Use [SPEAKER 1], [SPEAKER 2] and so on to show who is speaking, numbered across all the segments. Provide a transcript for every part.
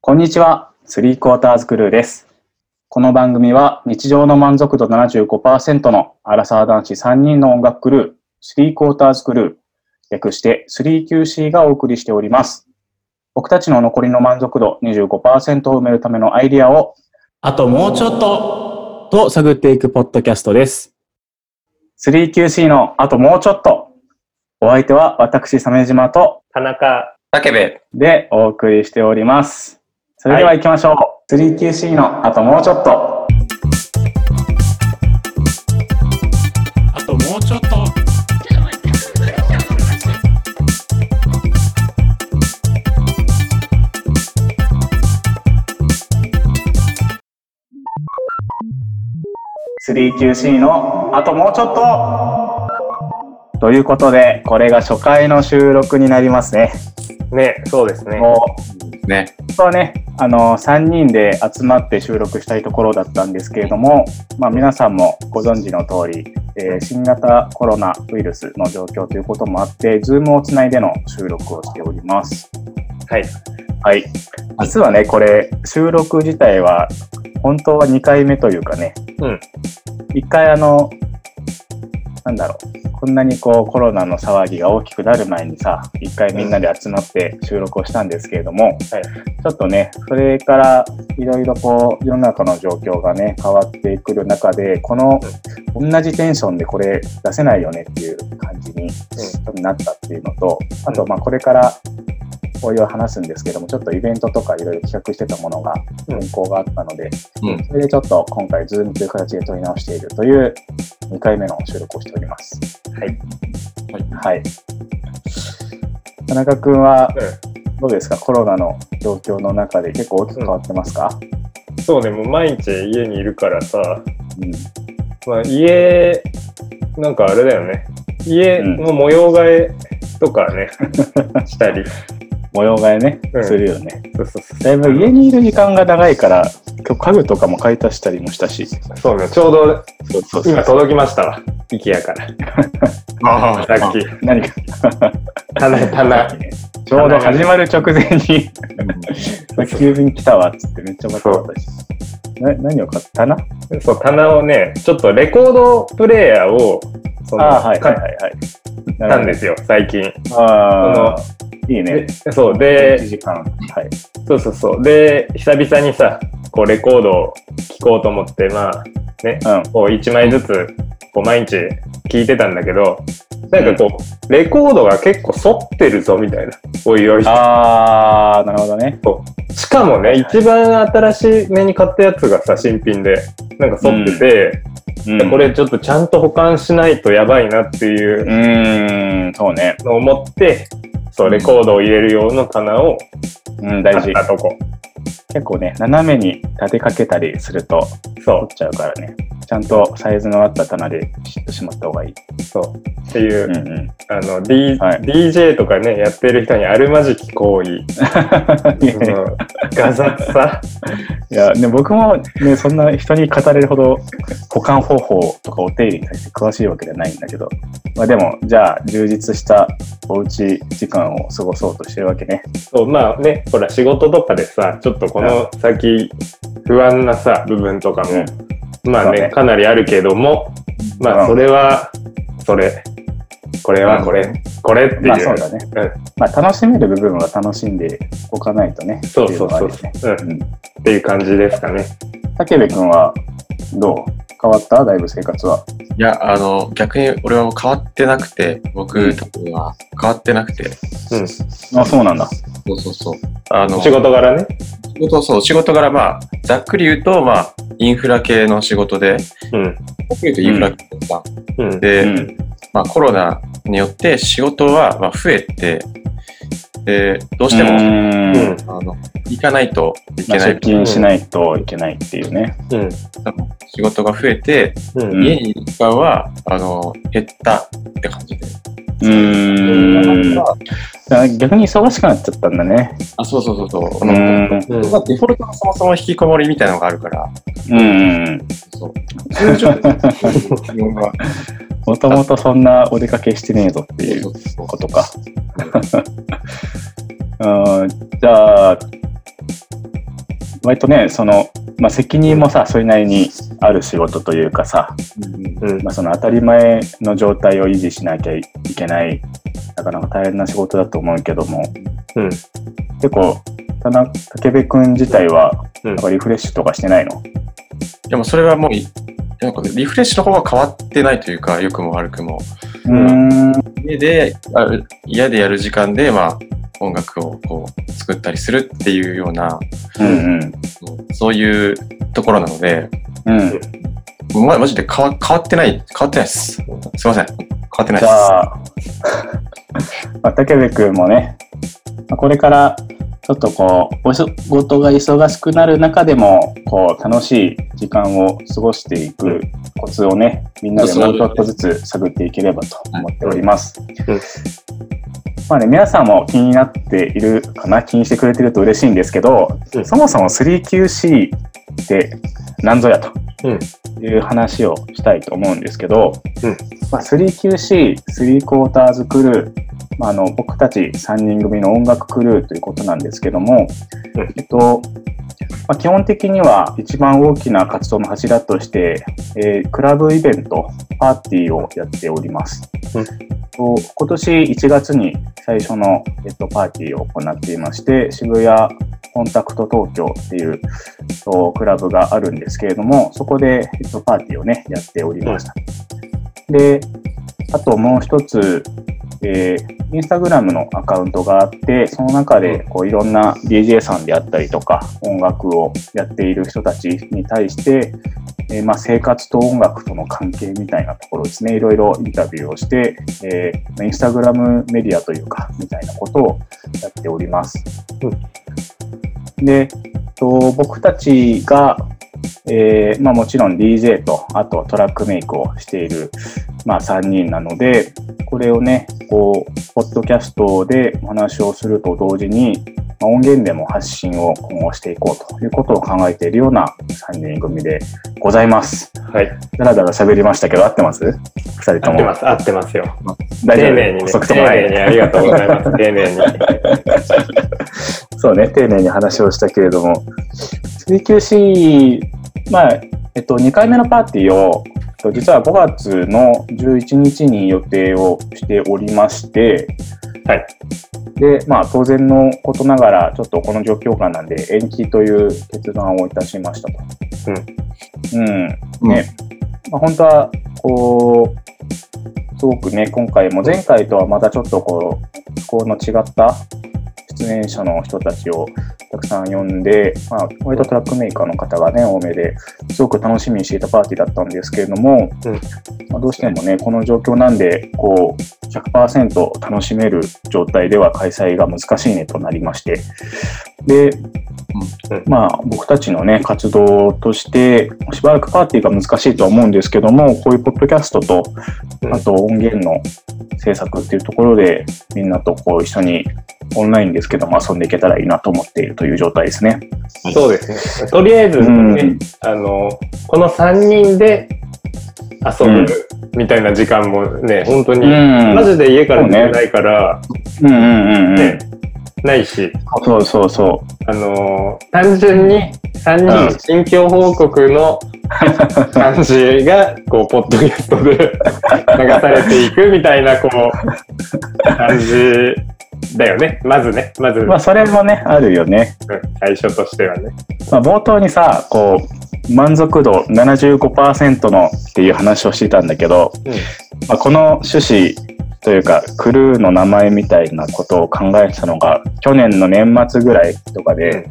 [SPEAKER 1] こんにちは、スリークォーターズクルーです。この番組は日常の満足度 75% のアラサー男子3人の音楽クルー、スリークォーターズクルー、略して 3QC がお送りしております。僕たちの残りの満足度 25% を埋めるためのアイディアを、あともうちょっとと探っていくポッドキャストです。3QC のあともうちょっと。お相手は私、鮫島と
[SPEAKER 2] 田中
[SPEAKER 3] 武部
[SPEAKER 1] でお送りしております。それでは行きましょう。3QC のあともうちょっと。
[SPEAKER 2] あともうちょっと。
[SPEAKER 1] 3QC のあともうちょっとということで、これが初回の収録になりますね。
[SPEAKER 2] ね、そうですね。
[SPEAKER 1] も
[SPEAKER 3] うね。
[SPEAKER 1] 本当はね、3人で集まって収録したいところだったんですけれども、皆さんもご存知の通り、新型コロナウイルスの状況ということもあって、Zoom をつないでの収録をしております。
[SPEAKER 2] はい。
[SPEAKER 1] はい。実はね、これ、収録自体は、本当は2回目というかね、1回こんなにこうコロナの騒ぎが大きくなる前にさ、1回みんなで集まって収録をしたんですけれども、ちょっとね、それからいろいろこう世の中の状況がね、変わってくる中で、この同じテンションでこれ出せないよねっていう感じになったっていうのと、あとこれからおいおい話すんですけども、ちょっとイベントとかいろいろ企画してたものが変更があったので、それでちょっと今回 Zoom という形で撮り直しているという2回目の収録をしております。はい。田中君はどうですか？コロナの状況の中で結構大きく変わってますか？
[SPEAKER 2] そうね、もう毎日家にいるからさ、家、なんかあれだよね。家の模様替えとかね、したり。
[SPEAKER 1] 模様替えね、するよね。
[SPEAKER 2] そう
[SPEAKER 1] だいぶ家にいる時間が長いから、今日家具とかも買い足したりもしたし。
[SPEAKER 2] そうね、ちょうど今届きましたわ、IKEA から。さっき。
[SPEAKER 1] 何か
[SPEAKER 2] 棚。
[SPEAKER 1] ちょうど始まる直前に急便来たわっつってめっちゃバタバタして。何を買った？
[SPEAKER 2] そう、棚をね、ちょっとレコードプレイヤーを買ったんですよ、最近。
[SPEAKER 1] いいね。
[SPEAKER 2] そうで、
[SPEAKER 1] 1時間。
[SPEAKER 2] そう。で、久々にさ、こうレコードを聴こうと思って、こう1枚ずつこう毎日聴いてたんだけど、なんかこう、レコードが結構反ってるぞみたいな。おいおい。
[SPEAKER 1] なるほどね。
[SPEAKER 2] しかもね、一番新しめに買ったやつがさ、新品で、なんか反ってて、これちょっとちゃんと保管しないとやばいなっていうのを思って、そう、レコードを入れる用の棚を
[SPEAKER 1] 大事。
[SPEAKER 2] 買ったとこ。
[SPEAKER 1] 結構ね、斜めに立てかけたりすると取っちゃうからね。ちゃんとサイズのあった棚でしっとしまった方がいい。
[SPEAKER 2] そう。っていう、DJ とかね、やってる人にあるまじき行為。ガザッさ。
[SPEAKER 1] いや、ね、僕もね、そんな人に語れるほど保管方法とかお手入れに対して詳しいわけじゃないんだけど、でも、じゃあ、充実したおうち時間を過ごそうとしてるわけね。
[SPEAKER 2] そう、ほら、仕事とかでさ、ちょっとこの先、不安なさ、部分とかも、かなりあるけども、それは、それ、これはこれ、これっていう。
[SPEAKER 1] そうだね。楽しめる部分は楽しんでおかないとね。
[SPEAKER 2] そう。っていう感じですかね。
[SPEAKER 1] 武部君はどう？変わった？だいぶ生活は。
[SPEAKER 3] いや、逆に俺は変わってなくて、僕多分は変わってなくて。
[SPEAKER 1] そうなんだ。
[SPEAKER 3] そう。
[SPEAKER 2] 仕事柄ね。
[SPEAKER 3] 仕事柄、ざっくり言うと、インフラ系の仕事で、僕言うとインフラ系だった。で、コロナによって仕事は増えて、で、どうしても、行かないといけない。
[SPEAKER 1] 出勤しないといけないっていうね。
[SPEAKER 3] 仕事が増えて、家にいる時間は、減ったって感じで。
[SPEAKER 1] 逆に忙しくなっちゃったんだね。
[SPEAKER 3] そう。デフォルトのそもそも引きこもりみたいなのがあるから。通常
[SPEAKER 1] もともとそんなお出かけしてねえぞっていうことか。じゃあ割とね、責任もさ、それなりにある仕事というかさ、その当たり前の状態を維持しなきゃいけない、なかなか大変な仕事だと思うけども、結構、武部君自体は、リフレッシュとかしてないの？
[SPEAKER 3] でもそれはもう、なんかリフレッシュの方は変わってないというか、良くも悪くも。家でやる時間で、音楽をこう作ったりするっていうような、そういうところなので、マジで変わってないです。すいません。変わってないです。じゃ
[SPEAKER 1] あ、武部君もね、これからちょっとお仕事が忙しくなる中でも、楽しい時間を過ごしていくコツをね、みんなでもうちょっとずつ探っていければと思っております。皆さんも気になっているかな、気にしてくれてると嬉しいんですけど、そもそも 3QC って何ぞやという話をしたいと思うんですけど、3QC、3クォーターズクルー、僕たち3人組の音楽クルーということなんですけども、基本的には一番大きな活動の柱として、クラブイベント、パーティーをやっております。今年1月に最初の、パーティーを行っていまして、渋谷コンタクト東京っていうクラブがあるんですけれども、そこで、パーティーをね、やっておりました。で、あともう一つ、インスタグラムのアカウントがあって、その中でいろんな DJ さんであったりとか音楽をやっている人たちに対して、生活と音楽との関係みたいなところですね、いろいろインタビューをして、インスタグラムメディアというかみたいなことをやっております。で、僕たちがもちろん DJ とあとトラックメイクをしている、3人なので、これをねポッドキャストでお話をすると同時に、音源でも発信を今後していこうということを考えているような3人組でございます。はい。だらだら喋りましたけど、合ってます？2人とも。
[SPEAKER 2] 合ってますよ。
[SPEAKER 1] 大丈夫。
[SPEAKER 2] 丁寧にね。丁寧にありがとうございます。丁寧に。
[SPEAKER 1] そうね、丁寧に話をしたけれども、3QC、2回目のパーティーを実は5月の11日に予定をしておりまして、はい。で、当然のことながら、ちょっとこの状況下なんで延期という決断をいたしましたと。ね。本当は、すごくね、今回も前回とはまたちょっとの違った出演者の人たちをたくさん呼んで、割とトラックメーカーの方がね、多めですごく楽しみにしていたパーティーだったんですけれども、どうしてもね、この状況なんで、100% 楽しめる状態では開催が難しいねとなりまして、で、僕たちのね、活動として、しばらくパーティーが難しいとは思うんですけども、こういうポッドキャストと、あと音源の制作っていうところで、みんなと一緒にオンラインですけども遊んでいけたらいいなと思っているという状態ですね。
[SPEAKER 2] そうですね。とりあえずね、この3人で遊ぶみたいな時間もね、本当に、マジで家から出てないから、ないし、単純に3人の近況報告の感じがポッドキャストで流されていくみたいな感じだよね。まず
[SPEAKER 1] それもねあるよね。
[SPEAKER 2] 最初としてはね。
[SPEAKER 1] 冒頭にさ満足度 75% のっていう話をしてたんだけど、この趣旨というかクルーの名前みたいなことを考えてたのが去年の年末ぐらいとかで、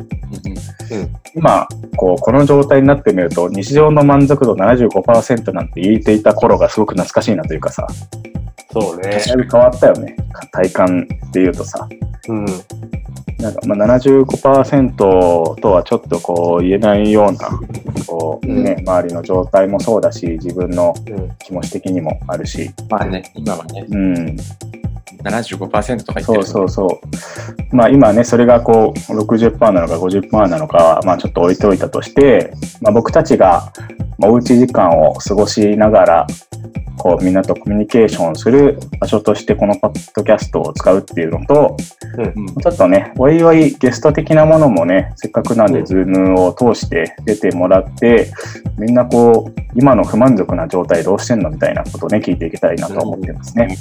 [SPEAKER 1] 今この状態になってみると日常の満足度 75% なんて言っていた頃がすごく懐かしいなというかさ。
[SPEAKER 2] そうね。
[SPEAKER 1] だいぶ変わったよね、体感で言うとさ。なんか75% とはちょっと言えないような周りの状態もそうだし、自分の気持ち的にもあるし、
[SPEAKER 3] 今はね、75% とか言ってる。
[SPEAKER 1] そう今ね、それが60% なのか 50% なのかはちょっと置いておいたとして、僕たちがおうち時間を過ごしながらこうみんなとコミュニケーションする場所としてこのポッドキャストを使うっていうのと、ちょっとね、おいおいゲスト的なものもね、せっかくなんでズームを通して出てもらって、みんなこう、今の不満足な状態どうしてんのみたいなことをね、聞いていけたらいいなと思ってますね。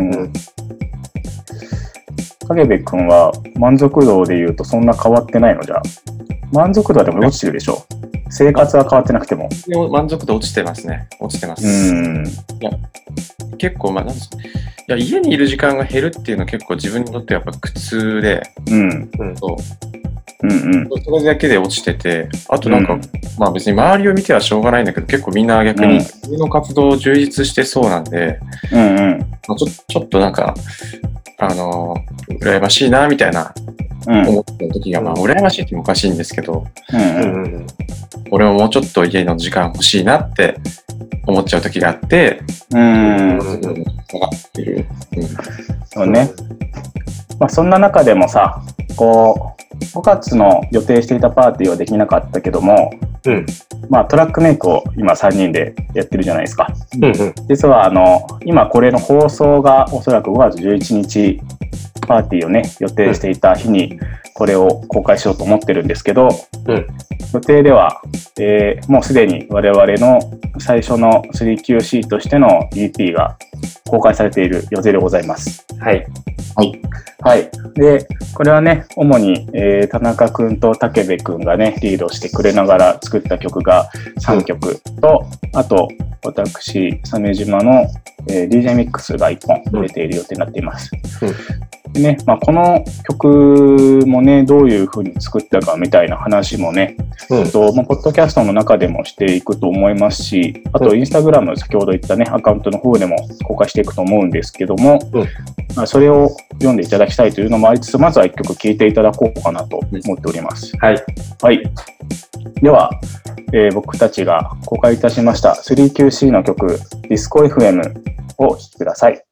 [SPEAKER 1] 影部君は満足度で言うとそんな変わってないのじゃあ。満足度はでも落ちてるでしょ。生活は変わってなくても。
[SPEAKER 3] 満足度落ちてますね。落ちてます。いや結構、なんですか。いや、家にいる時間が減るっていうのは結構自分にとってやっぱ苦痛で、それだけで落ちてて、あとなんか、別に周りを見てはしょうがないんだけど、結構みんな逆に自分の活動を充実してそうなんで、ちょっとなんか、羨ましいなみたいな思った時が、羨ましいってもおかしいんですけど、俺ももうちょっと家の時間欲しいなって思っちゃう時があって、
[SPEAKER 1] そうね。そんな中でもさ、こう5月の予定していたパーティーはできなかったけども、トラックメイクを今3人でやってるじゃないですか。実は今これの放送がおそらく5月11日パーティーをね予定していた日にこれを公開しようと思ってるんですけど、予定では、もうすでに我々の最初の 3QC としての EP が公開されている予定でございます。で、これはね、主に、田中くんと武部くんがね、リードしてくれながら作った曲が3曲と、あと、私、鮫島の、DJ ミックスが1本入れている予定になっています。でね、この曲もね、どういう風に作ったかみたいな話もね、ポッドキャストの中でもしていくと思いますし、あと、インスタグラム、先ほど言ったね、アカウントの方でも公開していくと思うんですけども、それを読んでいただきたいというのもありつつ、まずは1曲聴いていただこうかなと思っております。では、僕たちが公開いたしました 3QC の曲、ディスコ FM をお聴きください。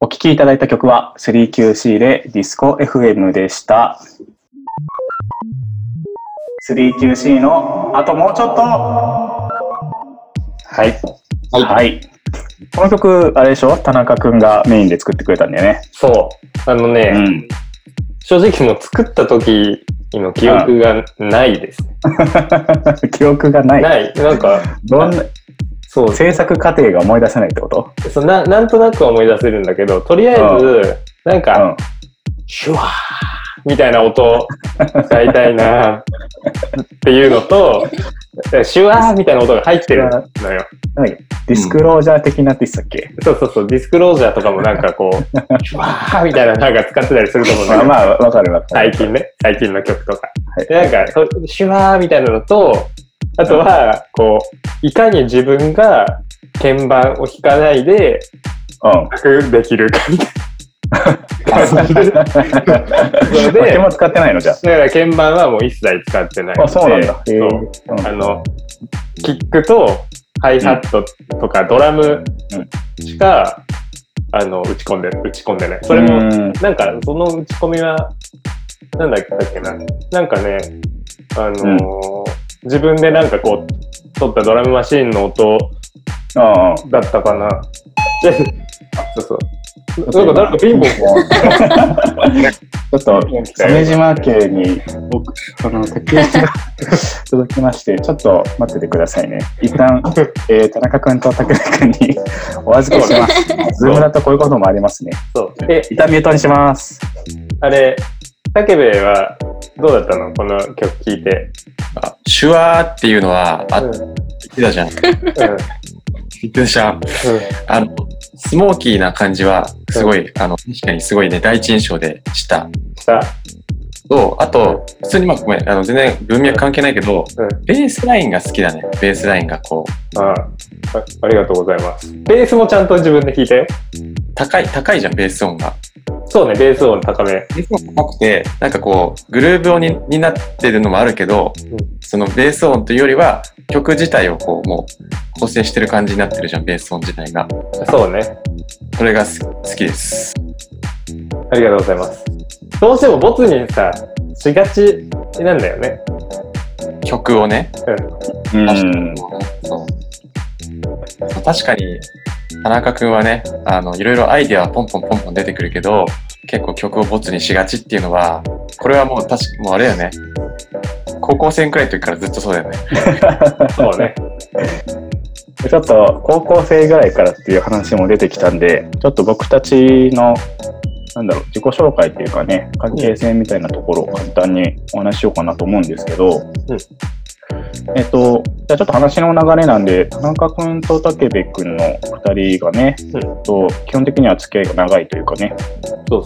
[SPEAKER 1] お聴きいただいた曲は 3QC でディスコ FM でした。3QC のあともうちょっと。はい。はい。この曲、あれでしょ？田中くんがメインで作ってくれたんだよね。
[SPEAKER 2] そう。正直もう作った時の記憶がないです。
[SPEAKER 1] 記憶がない。
[SPEAKER 2] ない。なんか、
[SPEAKER 1] そう、制作過程が思い出せないってこと？
[SPEAKER 2] なんとなく思い出せるんだけど、とりあえず、なんか、シュワーみたいな音を使いたいなっていうのと、シュワーみたいな音が入ってるのよ。
[SPEAKER 1] ディスクロージャー的なって言ってたっけ？
[SPEAKER 2] そう、ディスクロージャーとかもなんかこう、シュワーみたいななんか使ってたりすると思うんだけど。
[SPEAKER 1] まあ、わかる。
[SPEAKER 2] 最近の曲とか。なんか、シュワーみたいなのと、あとは、こう、いかに自分が鍵盤を弾かないで、できるかみたいな。
[SPEAKER 1] 鍵も使ってないのじゃあ。
[SPEAKER 2] だから鍵盤はもう一切使ってないので。
[SPEAKER 1] そうなんだ。
[SPEAKER 2] キックとハイハットとかドラムしか、打ち込んでない。それも、なんかその打ち込みは、なんだっけな。なんかね、自分でなんかこう、撮ったドラムマシーンの音だったかな。そう。なんか誰かピンポンち
[SPEAKER 1] ょっと、鮫島家に竹内が届きまして、ちょっと待っててくださいね。一旦、田中くんと竹内くんにお預けします。ズームだとこういうこともありますね。
[SPEAKER 2] そう。
[SPEAKER 1] 一旦ミュートにします。
[SPEAKER 2] あれ、竹部はどうだったの？この曲聴いて。
[SPEAKER 3] シュワーっていうのは、言ってたじゃん。言ってたじゃん。スモーキーな感じは、すごい、確かにすごいね、第一印象でした。と、あと、普通にごめん、全然文脈関係ないけど、ベースラインが好きだね。ベースラインがこう。
[SPEAKER 2] ありがとうございます。ベースもちゃんと自分で弾いたよ。
[SPEAKER 3] 高いじゃん、ベース音が。
[SPEAKER 2] そうね、ベース音高め。
[SPEAKER 3] ベース音高くて、なんかこう、グルーブ音になってるのもあるけど、そのベース音というよりは、曲自体をこう、もう、構成してる感じになってるじゃん、ベース音自体が。
[SPEAKER 2] そうね。
[SPEAKER 3] それが好きです。
[SPEAKER 2] ありがとうございます。どうしてもボツにしがちなんだよね。
[SPEAKER 3] 曲をね。確かに、田中くんはね、いろいろアイデアはポンポン出てくるけど、結構曲をボツにしがちっていうのは、これはもうもうあれだよね。高校生くらいの時からずっとそうだよね。
[SPEAKER 2] そうね。
[SPEAKER 1] ちょっと高校生ぐらいからっていう話も出てきたんで、ちょっと僕たちの自己紹介っていうかね、関係性みたいなところを簡単にお話ししようかなと思うんですけど、じゃあちょっと話の流れなんで、田中くんと武部くんの2人がね、基本的には付き合いが長いというかね。
[SPEAKER 2] そう。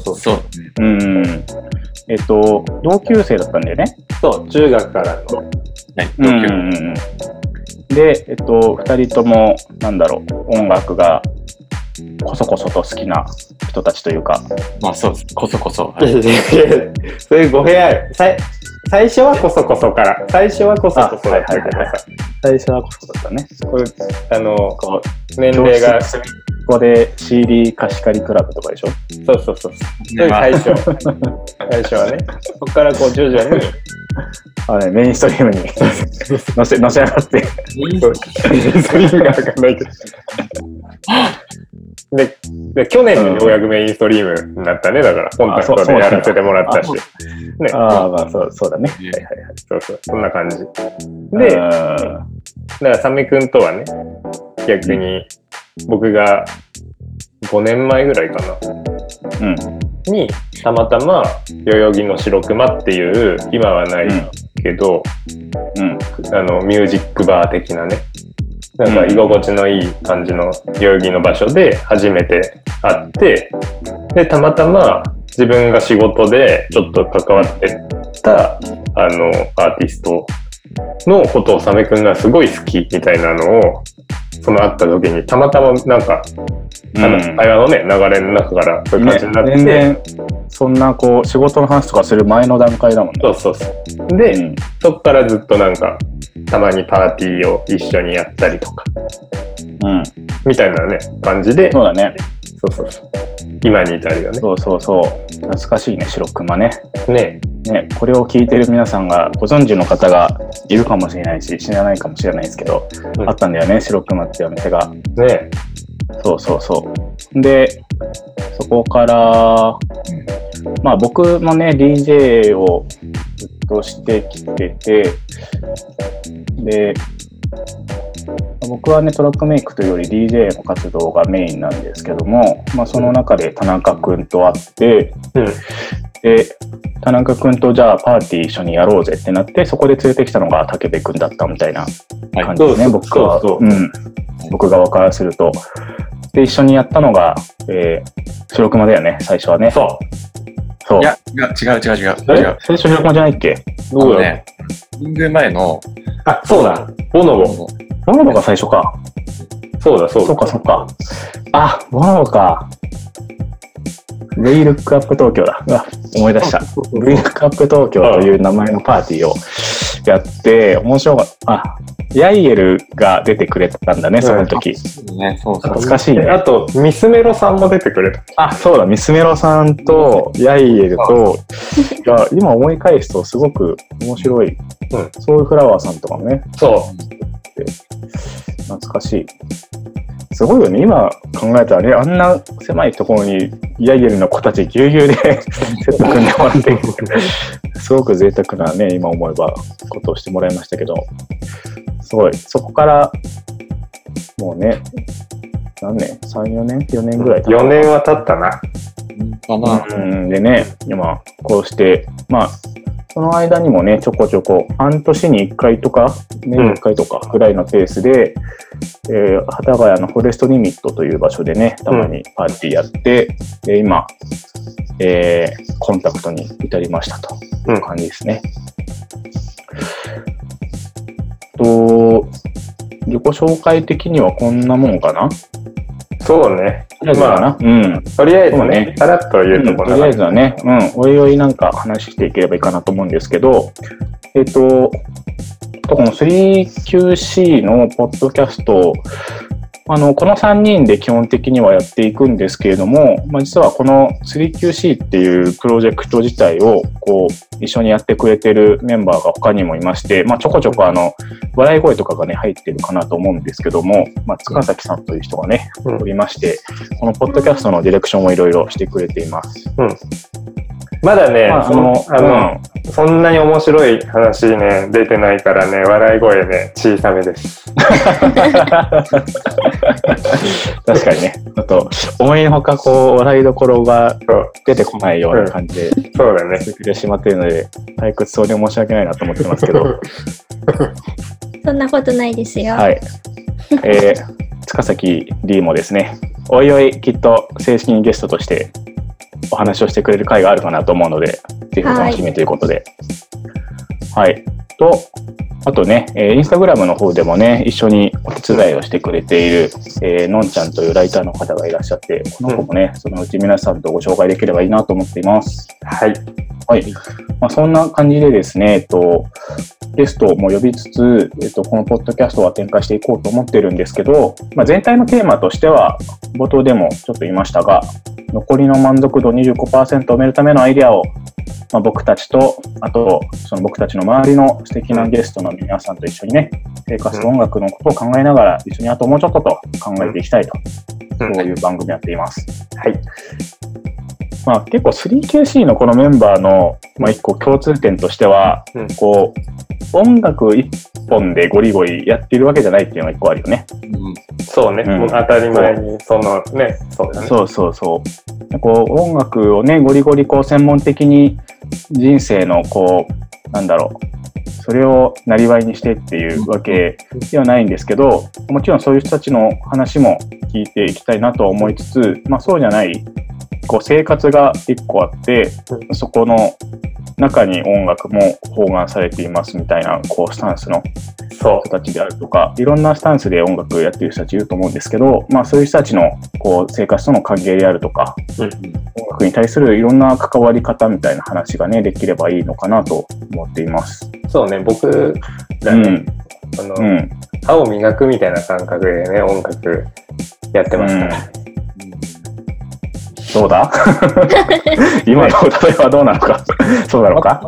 [SPEAKER 1] 同級生だったんだよね。
[SPEAKER 2] そう、中学からの。
[SPEAKER 3] 同級生。
[SPEAKER 1] で、2人とも、音楽がこそこそと好きな人たちというか。
[SPEAKER 3] まあそうです。こそこそ。
[SPEAKER 2] そういう語弊ある。最初はこそこそから。最初はこそこそだったけどさ。
[SPEAKER 1] 最初はこそだったね。
[SPEAKER 2] これ、年齢が。
[SPEAKER 1] ここで CD 貸し借りクラブとかでしょ？
[SPEAKER 2] そう。それ最初。最初はね。そこからこう徐々に。
[SPEAKER 1] メインストリームにのし上がって。メインストリームが分かんないけど。
[SPEAKER 2] で去年ようやくメインストリームになったね。だからコンタクトでやらせてもらったし。
[SPEAKER 1] そうだね。
[SPEAKER 2] そう。そんな感じ。で、だからサメ君とはね、逆に僕が5年前ぐらいかな。にたまたま代々木の白熊っていう今はないけど、ミュージックバー的なね、なんか居心地のいい感じの代々木の場所で初めて会って、でたまたま自分が仕事でちょっと関わってたアーティストのことをサメ君がすごい好きみたいなのをその会った時にたまたまなんか会話のね流れの中からそういう感じになって、
[SPEAKER 1] 全然そんなこう仕事の話とかする前の段階だもんね。
[SPEAKER 2] そうで、そっからずっとなんかたまにパーティーを一緒にやったりとか、みたいなね感じで、
[SPEAKER 1] そうだね。
[SPEAKER 2] そう。今に至るよね。
[SPEAKER 1] そう。懐かしいね、白熊ね。
[SPEAKER 2] ね、
[SPEAKER 1] これを聞いてる皆さんがご存知の方がいるかもしれないし、知らないかもしれないですけど、あったんだよね、白熊っていうお店が。
[SPEAKER 2] ね。
[SPEAKER 1] そう。で、そこから、まあ僕もね、DJ をずっとしてきてて、で、僕はね、トラックメイクというより DJ の活動がメインなんですけども、まあその中で田中くんと会って、で、田中くんとじゃあパーティー一緒にやろうぜってなって、そこで連れてきたのが武部くんだったみたいな感じですね、僕側からすると。で、一緒にやったのが、白熊だよね、最初はね。
[SPEAKER 3] そう。いや、違う。
[SPEAKER 1] 最初白熊じゃないっけ？
[SPEAKER 3] どうだね。リング前の。
[SPEAKER 2] あ、そうだ。ボノボ
[SPEAKER 1] が最初か。
[SPEAKER 2] そうだ。
[SPEAKER 1] そっか。あ、ボノボか。V ルックアップ東京だ。思い出した。V ルックアップ東京という名前のパーティーをやって、面白かった。ヤイエルが出てくれたんだね、その時。懐かしいね。
[SPEAKER 2] あと、ミスメロさんも出てくれた。
[SPEAKER 1] あ、そうだ、ミスメロさんとヤイエルと、今思い返すとすごく面白い。ソウルフラワーさんとかもね。
[SPEAKER 2] そう。
[SPEAKER 1] 懐かしい。すごいよね、今考えたらね、あんな狭いところにヤイエルの子たちぎゅうぎゅうでセット組んでもらってすごく贅沢なね、今思えばことをしてもらいましたけど、すごい、そこからもうね、何年 ?3、4年 ?4 年ぐらい経った。
[SPEAKER 2] 4年は経ったな。
[SPEAKER 1] でね、今こうして、まあ、その間にもね、ちょこちょこ半年に1回とか、年に1回とかぐらいのペースで、幡ヶ谷のフォレストリミットという場所でね、たまにパーティーやって、今、コンタクトに至りましたという感じですね。自己紹介的にはこんなもんかな？
[SPEAKER 2] そうね。まあ、とりあえずね、さらっと言うところ、
[SPEAKER 1] とりあえずはね、おいおいなんか話していければいいかなと思うんですけど、この 3QC のポッドキャスト、この3人で基本的にはやっていくんですけれども、実はこの 3QC っていうプロジェクト自体をこう一緒にやってくれてるメンバーが他にもいまして、ちょこちょこ笑い声とかがね入ってるかなと思うんですけども、塚崎さんという人がね、おりまして、このポッドキャストのディレクションをいろいろしてくれています。
[SPEAKER 2] まだね、そんなに面白い話ね、出てないからね、笑い声ね、小さめです。
[SPEAKER 1] 確かにね、あと、思いのほかこう、笑いどころが出てこないような感じで、
[SPEAKER 2] そうだね。
[SPEAKER 1] 続けてしまっているので、退屈そうで申し訳ないなと思ってますけど。
[SPEAKER 4] そんなことないですよ。
[SPEAKER 1] はい。塚崎 D もですね、おいおいきっと正式にゲストとして、お話をしてくれる回があるかなと思うので、ぜひお楽しみということで。はい。あとね、インスタグラムの方でもね、一緒にお手伝いをしてくれている、のんちゃんというライターの方がいらっしゃって、この子もね、そのうち皆さんとご紹介できればいいなと思っています。
[SPEAKER 2] はい。
[SPEAKER 1] はい。そんな感じでですね、ゲストも呼びつつ、このポッドキャストは展開していこうと思ってるんですけど、全体のテーマとしては、冒頭でもちょっと言いましたが、残りの満足度 25% を埋めるためのアイデアを、僕たちと、あと、その僕たちの周りの素敵なゲストの皆さんと一緒にね、生活と音楽のことを考えながら、一緒にあともうちょっとと考えていきたいと、そういう番組をやっています。
[SPEAKER 2] はい。
[SPEAKER 1] 結構 3KC のこのメンバーの、一個共通点としては、こう、音楽一本でゴリゴリやってるわけじゃないっていうのが一個あるよね。
[SPEAKER 2] そうね、もう当たり前に、そうだね。
[SPEAKER 1] そうこう、音楽をね、ゴリゴリこう、専門的に人生のこう、それをなりわいにしてっていうわけではないんですけど、もちろんそういう人たちの話も聞いていきたいなと思いつつ、そうじゃない、こう生活が一個あって、そこの中に音楽も包含されていますみたいなこうスタンスの人たちであるとか、いろんなスタンスで音楽をやっている人たちいると思うんですけど、そういう人たちのこう生活との関係であるとか、音楽に対するいろんな関わり方みたいな話がねできればいいのかなと思っています。
[SPEAKER 2] そうね、僕らね、歯を磨くみたいな感覚でね、音楽やってますから。
[SPEAKER 1] どうだ今の例えばどうなのかそうなのか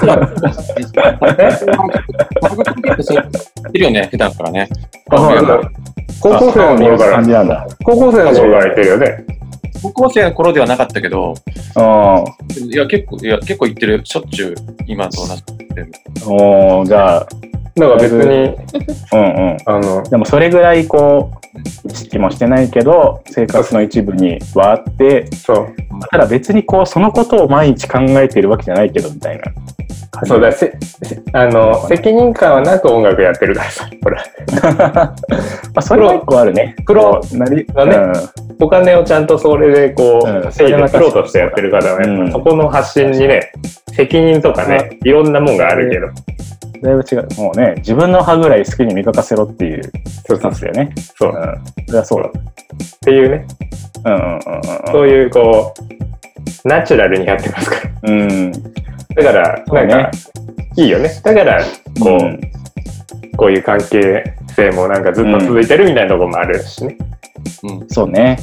[SPEAKER 3] いるよね、普段からね。
[SPEAKER 2] 高校生の頃から。高校生の頃からいてるよね。
[SPEAKER 3] 高校生の頃ではなかったけど、いや、結構行ってる。しょっちゅう今と同じ
[SPEAKER 1] で。じゃあ、
[SPEAKER 2] だから別に、
[SPEAKER 1] でもそれぐらいこう、意識もしてないけど、生活の一部にはあって、ただ別にこう、そのことを毎日考えてるわけじゃないけど、みたいな。
[SPEAKER 2] そうだ、責任感はなく音楽やってるからさ、ほら。
[SPEAKER 1] それは一個あるね。
[SPEAKER 2] プロのね、お金をちゃんとそれでこう、プロとしてやってるからね、そこの発信にね、責任とかね、いろんなもんがあるけど。
[SPEAKER 1] だいぶ違う。もうね、自分の歯ぐらい好きに磨かせろっていうスタンスだよね。
[SPEAKER 2] そう。
[SPEAKER 1] それはそうだ。
[SPEAKER 2] っていうね。そういうこう、ナチュラルにやってますから。だから、なんか、いいよね。だから、こういう関係性もなんかずっと続いてるみたいなところもあるしね。
[SPEAKER 1] そうね。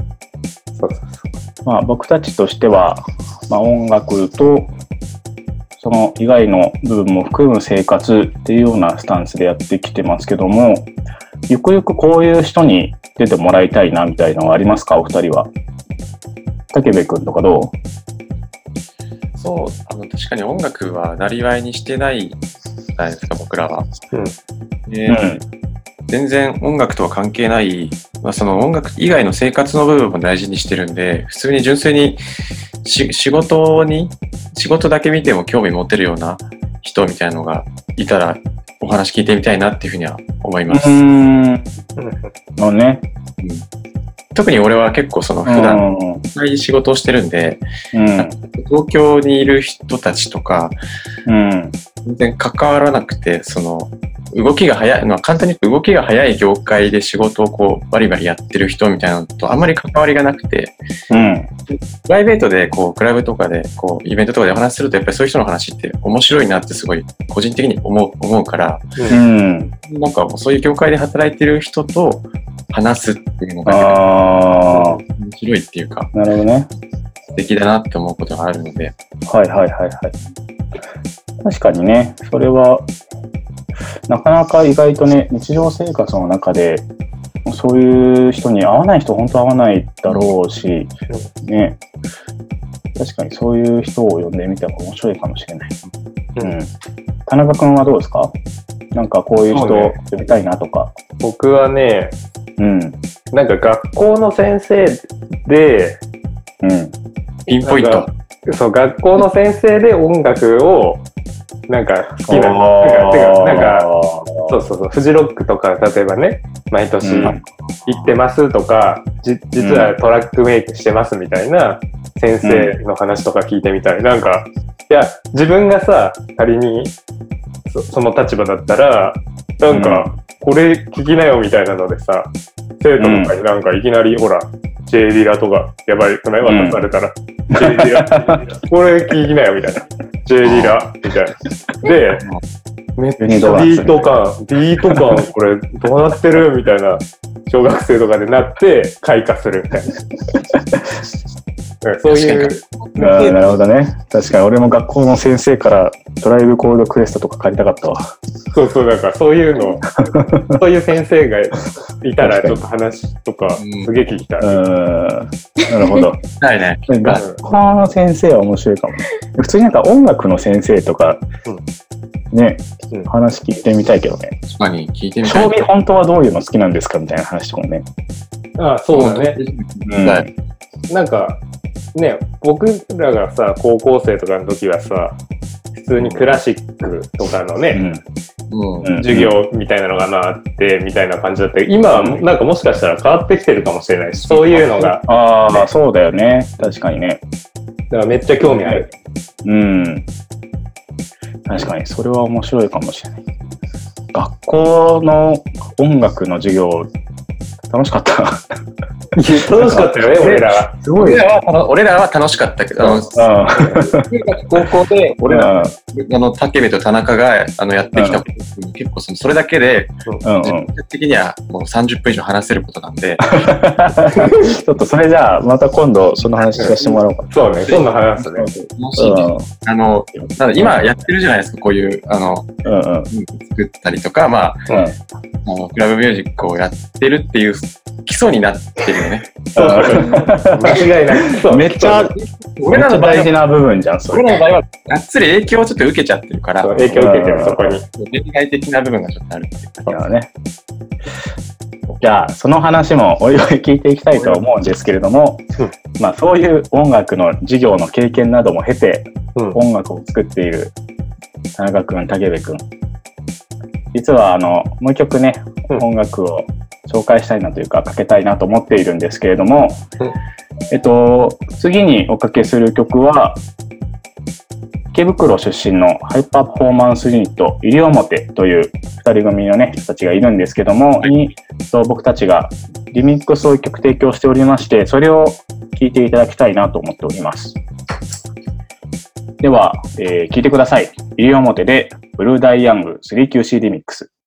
[SPEAKER 1] まあ僕たちとしては、まあ音楽と、その以外の部分も含む生活っていうようなスタンスでやってきてますけども、ゆくゆくこういう人に出てもらいたいなみたいなのはありますか、お二人は。武部君とかどう？
[SPEAKER 3] そう、確かに音楽はなりわいにしてないじゃないですか、僕らは。全然音楽とは関係ない、その音楽以外の生活の部分も大事にしてるんで、普通に純粋に仕事だけ見ても興味持てるような人みたいなのがいたらお話聞いてみたいなっていうふうには思います。特に俺は結構その普段仕事をしてるんで、東京にいる人たちとか、全然関わらなくて、その動きが早いのは簡単に言うと動きが早い業界で仕事をこうバリバリやってる人みたいなのとあんまり関わりがなくて、プライベートでこうクラブとかでこうイベントとかでお話しするとやっぱりそういう人の話って面白いなってすごい個人的に思うから、なんかそういう業界で働いてる人と話すっていうのが面白いっていうか、
[SPEAKER 1] なるほどね。
[SPEAKER 3] 素敵だなって思うことがあるので。
[SPEAKER 1] 確かにね、それはなかなか意外とね、日常生活の中でそういう人に会わない人本当会わないだろうし、ね、確かにそういう人を呼んでみたら面白いかもしれない。田中君はどうですか？なんかこういう人呼びたいなとか。
[SPEAKER 2] 僕はね、なんか学校の先生で、
[SPEAKER 3] ピンポイント。
[SPEAKER 2] そう、学校の先生で音楽をなんか好きな、なんかそうフジロックとか例えばね、毎年行ってますとか、実はトラックメイクしてますみたいな先生の話とか聞いてみたい。なんか、いや、自分がさ、仮にその立場だったら、なんか、これ聞きなよみたいなのでさ、生徒とかになんかいきなり、ほら、J リラとか、やばいくない渡されたら、J リラ、これ聞きなよみたいな。J リラみたいな。で、めっちゃビート感、これどうなってるみたいな、小学生とかでなって開花するみたいな。そういう。
[SPEAKER 1] なるほどね。確かに俺も学校の先生からドライブコードクエストとか借りたかったわ。
[SPEAKER 2] そう、だからそういうの、そういう先生がいたらちょっと話とかすげえ聞きたい。
[SPEAKER 1] なるほど。
[SPEAKER 3] はいね。
[SPEAKER 1] 学校の先生は面白いかも。普通になんか音楽の先生とか、ね、話聞いてみたいけどね。
[SPEAKER 3] 確かに聞いてみたい。
[SPEAKER 1] 将棋本当はどういうの好きなんですかみたいな話とかもね。
[SPEAKER 2] そうだね。なんか、ね、僕らがさ、高校生とかの時はさ、普通にクラシックとかのね、授業みたいなのがあってみたいな感じだったけど、今はなんかもしかしたら変わってきてるかもしれないし、そういうのが。
[SPEAKER 1] そうだよね。確かにね。
[SPEAKER 2] だからめっちゃ興味ある。
[SPEAKER 1] 確かに、それは面白いかもしれない。学校の音楽の授業、 楽しかった。
[SPEAKER 2] 楽しかったよね、俺らは。
[SPEAKER 3] すごい。俺らは楽しかったけど、高校で俺ら、武部と田中がやってきたこと、結構それだけで、自分的にはもう30分以上話せることなんで。
[SPEAKER 1] ちょっとそれじゃあ、また今度その話させてもらおうか。
[SPEAKER 2] そうね、今度話すね。
[SPEAKER 3] 楽しいね。今やってるじゃないですか、こういう、作ったりとか、まあ、クラブミュージックをやってるっていう基礎になってるよね。
[SPEAKER 2] 間違いない。
[SPEAKER 1] めっちゃ大事な部分じゃん、それ。
[SPEAKER 3] 俺らの場合は、がっつり影響をちょっと受けちゃってるから。
[SPEAKER 2] 影響を受けてる、そこに。
[SPEAKER 3] 恋愛的な部分がちょっとあるっていう
[SPEAKER 1] かね。じゃあ、その話もおいおい聞いていきたいと思うんですけれども、まあそういう音楽の授業の経験なども経て、音楽を作っている田中くん、武部くん。実はもう一曲ね、音楽を紹介したいなというか、かけたいなと思っているんですけれども、次におかけする曲は、池袋出身のハイパーパフォーマンスユニット、西表という二人組のね、人たちがいるんですけども、僕たちがリミックスを一曲提供しておりまして、それを聴いていただきたいなと思っております。では、聴いてください。西表で、ブルーダイヤング 3QC リミックス。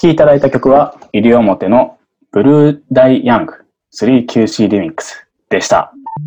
[SPEAKER 1] きいただいた曲は、西表のブルーダイヤング 3QC リミックスでした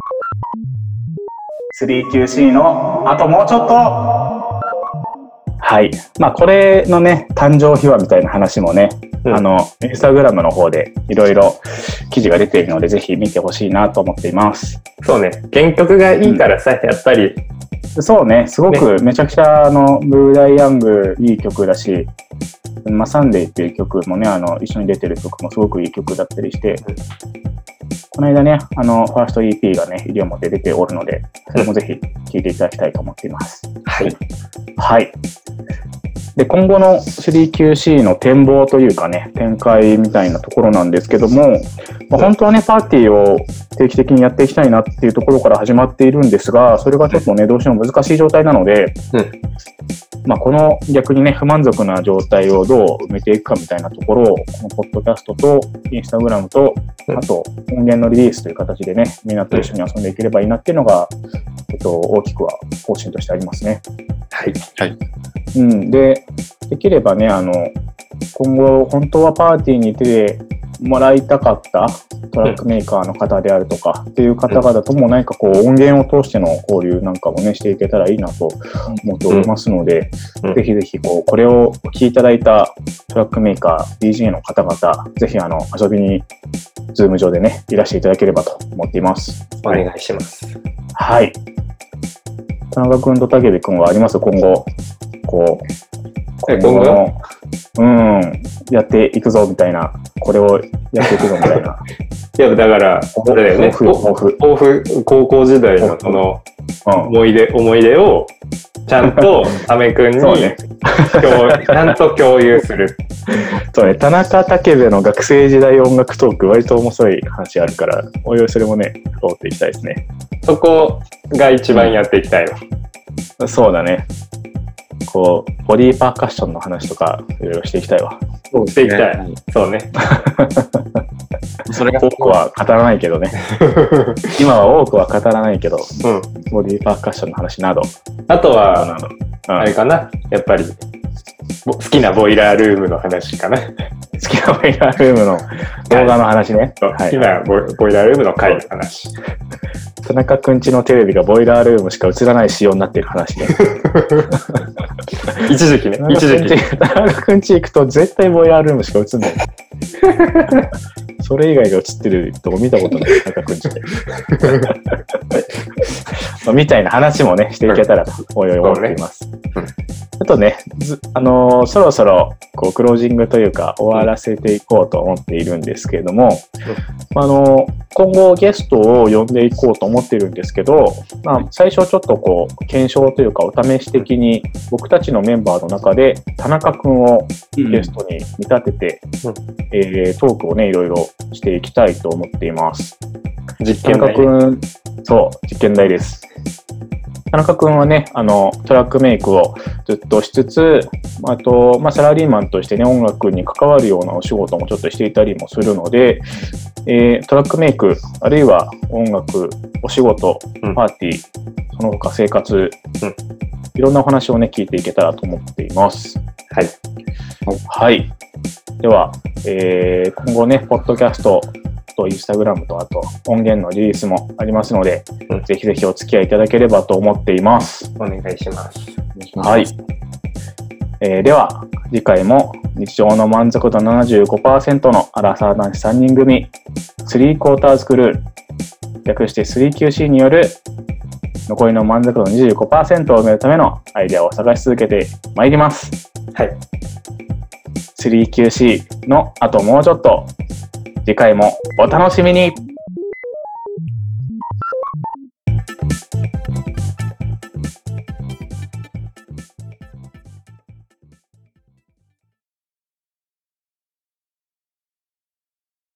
[SPEAKER 1] 。3QC のあともうちょっと。はい。まあこれのね、誕生秘話みたいな話もね、インスタグラムの方でいろいろ記事が出ているので、ぜひ見てほしいなと思っています。
[SPEAKER 2] そうね。原曲がいいからさ、やっぱり。
[SPEAKER 1] そうね。すごくめちゃくちゃブルーダイヤングいい曲だし、まあ、サンデーっていう曲もね、一緒に出てる曲もすごくいい曲だったりして、この間ね、ファースト EP がね、西表出ておるので、それもぜひ聴いていただきたいと思っています。
[SPEAKER 2] はい。
[SPEAKER 1] はい。で、今後の 3QC の展望というかね、展開みたいなところなんですけども、まあ、本当はね、パーティーを定期的にやっていきたいなっていうところから始まっているんですが、それがちょっとね、どうしても難しい状態なので、まあ、この逆にね、不満足な状態をどう埋めていくかみたいなところを、このポッドキャストと、インスタグラムと、あと音源のリリースという形でね、みんなと一緒に遊んでいければいいなっていうのが、大きくは方針としてありますね。
[SPEAKER 2] はい。
[SPEAKER 3] はい。
[SPEAKER 1] で、できればね、今後、本当はパーティーに出てもらいたかったトラックメーカーの方であるとかっていう方々とも何かこう音源を通しての交流なんかもねしていけたらいいなと思っておりますので、ぜひぜひこれをお聴きいただいたトラックメーカー DJ の方々、ぜひ遊びにズーム上でねいらしていただければと思っています。
[SPEAKER 2] お願いします。
[SPEAKER 1] はい。田中君と武部君はあります？今後やっていくぞみたいな、これをやっていくぞみたいな。
[SPEAKER 2] いや、だから、あれだよね。高校時代のその思い出を、ちゃんとアメ君にちゃんと共有する。
[SPEAKER 1] そうね、田中武部の学生時代音楽トーク、割と面白い話あるから、おいおいそれもね、通っていきたいですね。
[SPEAKER 2] そこが一番やっていきたいわ。
[SPEAKER 1] そうだね。ボディーパーカッションの話とかいろいろしていきたいわ。
[SPEAKER 2] していきたい。そうね。
[SPEAKER 1] それが多くは語らないけどね。今は多くは語らないけど、ボディーパーカッションの話など。
[SPEAKER 2] あとは、あれかな。やっぱり、好きなボイラールームの話かな。好
[SPEAKER 1] きなボイラールームの動画の話ね。
[SPEAKER 2] 好きなボイラールームの回の話。
[SPEAKER 1] 田中くんちのテレビがボイラールームしか映らない仕様になっている話ね。
[SPEAKER 2] 一時期ね。
[SPEAKER 1] 田中くんち行くと絶対ボイラールームしか映んない。それ以外が映ってるとこ見たことない、田中くんちで。みたいな話もね、していけたらと思っています。あとね、そろそろクロージングというか終わらせていこうと思っているんですけれども、今後ゲストを呼んでいこうと思っているんですけど、最初ちょっと検証というかお試し的に僕たちのメンバーの中で田中くんをゲストに見立てて、トークをねいろいろしていきたいと思っています。
[SPEAKER 2] 実験台。
[SPEAKER 1] 田中くん、実験台です。田中くんはね、トラックメイクをずっとしつつ、あと、サラリーマンとしてね、音楽に関わるようなお仕事もちょっとしていたりもするので、トラックメイク、あるいは音楽、お仕事、パーティー、その他生活、いろんなお話をね、聞いていけたらと思っています。
[SPEAKER 2] はい。
[SPEAKER 1] はい。では、今後ね、ポッドキャスト、インスタグラムとあと音源のリリースもありますので、ぜひぜひお付き合いいただければと思っています。
[SPEAKER 2] お願いします。
[SPEAKER 1] はい。では次回も日常の満足度 75% のアラサー男子3人組3クォーターズクルール、略して 3QC による残りの満足度 25% を埋めるためのアイデアを探し続けてまいります。
[SPEAKER 2] はい。
[SPEAKER 1] 3QC のあともうちょっと、次回もお楽しみに。